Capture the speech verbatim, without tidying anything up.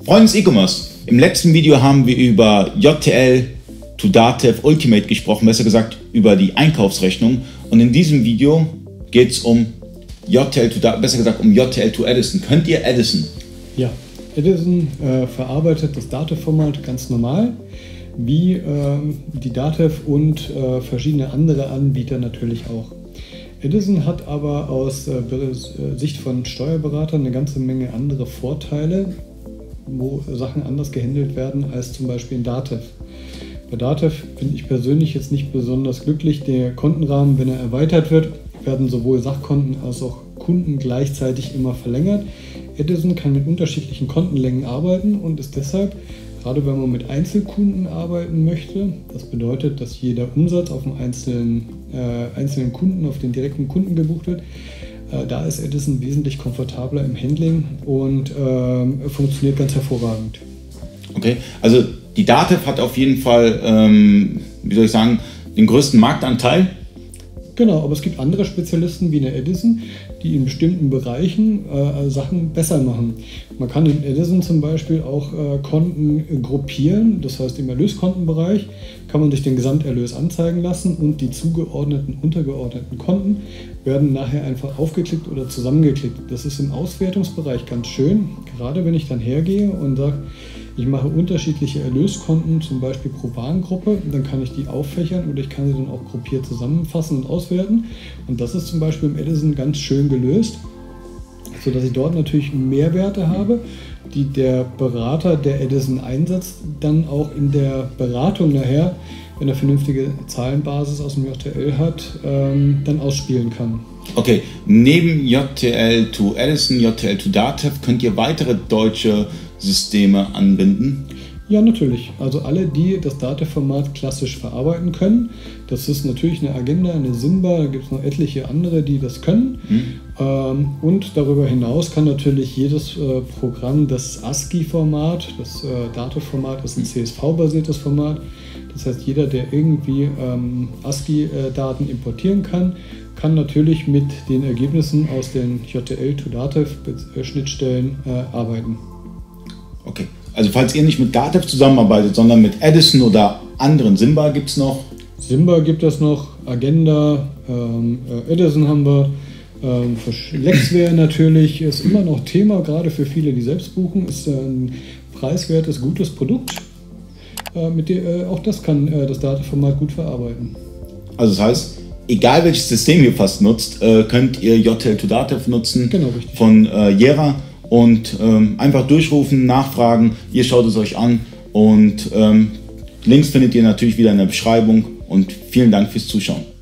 Freunde des E-Commerce, im letzten Video haben wir über J T L to Datev Ultimate gesprochen, besser gesagt über die Einkaufsrechnung. Und in diesem Video geht es um J T L to Datev, besser gesagt um J T L to Edison. Könnt ihr Edison? Ja, Edison äh, verarbeitet das Datev-Format ganz normal, wie äh, die Datev und äh, verschiedene andere Anbieter natürlich auch. Edison hat aber aus äh, Sicht von Steuerberatern eine ganze Menge andere Vorteile, wo Sachen anders gehandelt werden als zum Beispiel in Datev. Bei Datev bin ich persönlich jetzt nicht besonders glücklich. Der Kontenrahmen, wenn er erweitert wird, werden sowohl Sachkonten als auch Kunden gleichzeitig immer verlängert. Edison kann mit unterschiedlichen Kontenlängen arbeiten und ist deshalb, gerade wenn man mit Einzelkunden arbeiten möchte, das bedeutet, dass jeder Umsatz auf den einzelnen, äh, einzelnen Kunden, auf den direkten Kunden gebucht wird, äh, da ist Edison wesentlich komfortabler im Handling und äh, funktioniert ganz hervorragend. Okay, also die Datev hat auf jeden Fall, ähm, wie soll ich sagen, den größten Marktanteil. Genau, aber es gibt andere Spezialisten wie eine Edison, die in bestimmten Bereichen äh, Sachen besser machen. Man kann in Edison zum Beispiel auch äh, Konten gruppieren, das heißt im Erlöskontenbereich kann man sich den Gesamterlös anzeigen lassen und die zugeordneten, untergeordneten Konten werden nachher einfach aufgeklickt oder zusammengeklickt. Das ist im Auswertungsbereich ganz schön, gerade wenn ich dann hergehe und sage, ich mache unterschiedliche Erlöskonten, zum Beispiel pro Warengruppe, dann kann ich die auffächern oder ich kann sie dann auch gruppiert zusammenfassen und auswerten. Und das ist zum Beispiel im Edison ganz schön gelöst, sodass ich dort natürlich Mehrwerte habe, die der Berater, der Edison einsetzt, dann auch in der Beratung nachher, wenn er vernünftige Zahlenbasis aus dem J T L hat, ähm, dann ausspielen kann. Okay, neben J T L to Edison, J T L to Datev könnt ihr weitere deutsche Systeme anbinden? Ja, natürlich. Also alle, die das Datev-Format klassisch verarbeiten können. Das ist natürlich eine Agenda, eine Simba, da gibt es noch etliche andere, die das können. Mhm. Ähm, und darüber hinaus kann natürlich jedes äh, Programm das ASCII-Format, das äh, Datev-Format ist ein C S V-basiertes Format. Das heißt, jeder, der irgendwie ähm, ASCII-Daten importieren kann, kann natürlich mit den Ergebnissen aus den J T L to Datev-Schnittstellen äh, arbeiten. Okay, also falls ihr nicht mit Datev zusammenarbeitet, sondern mit Edison oder anderen, Simba gibt es noch? Simba gibt es noch, Agenda, ähm, Edison haben wir, ähm, Lexware natürlich ist immer noch Thema, gerade für viele, die selbst buchen, ist ein preiswertes, gutes Produkt. Äh, mit der, äh, auch das kann äh, das Datev-Format gut verarbeiten. Also das heißt, egal welches System ihr fast nutzt, äh, könnt ihr J T L to Datev nutzen, genau, richtig. Von äh, Jera. Und ähm, einfach durchrufen, nachfragen, ihr schaut es euch an und ähm, Links findet ihr natürlich wieder in der Beschreibung und vielen Dank fürs Zuschauen.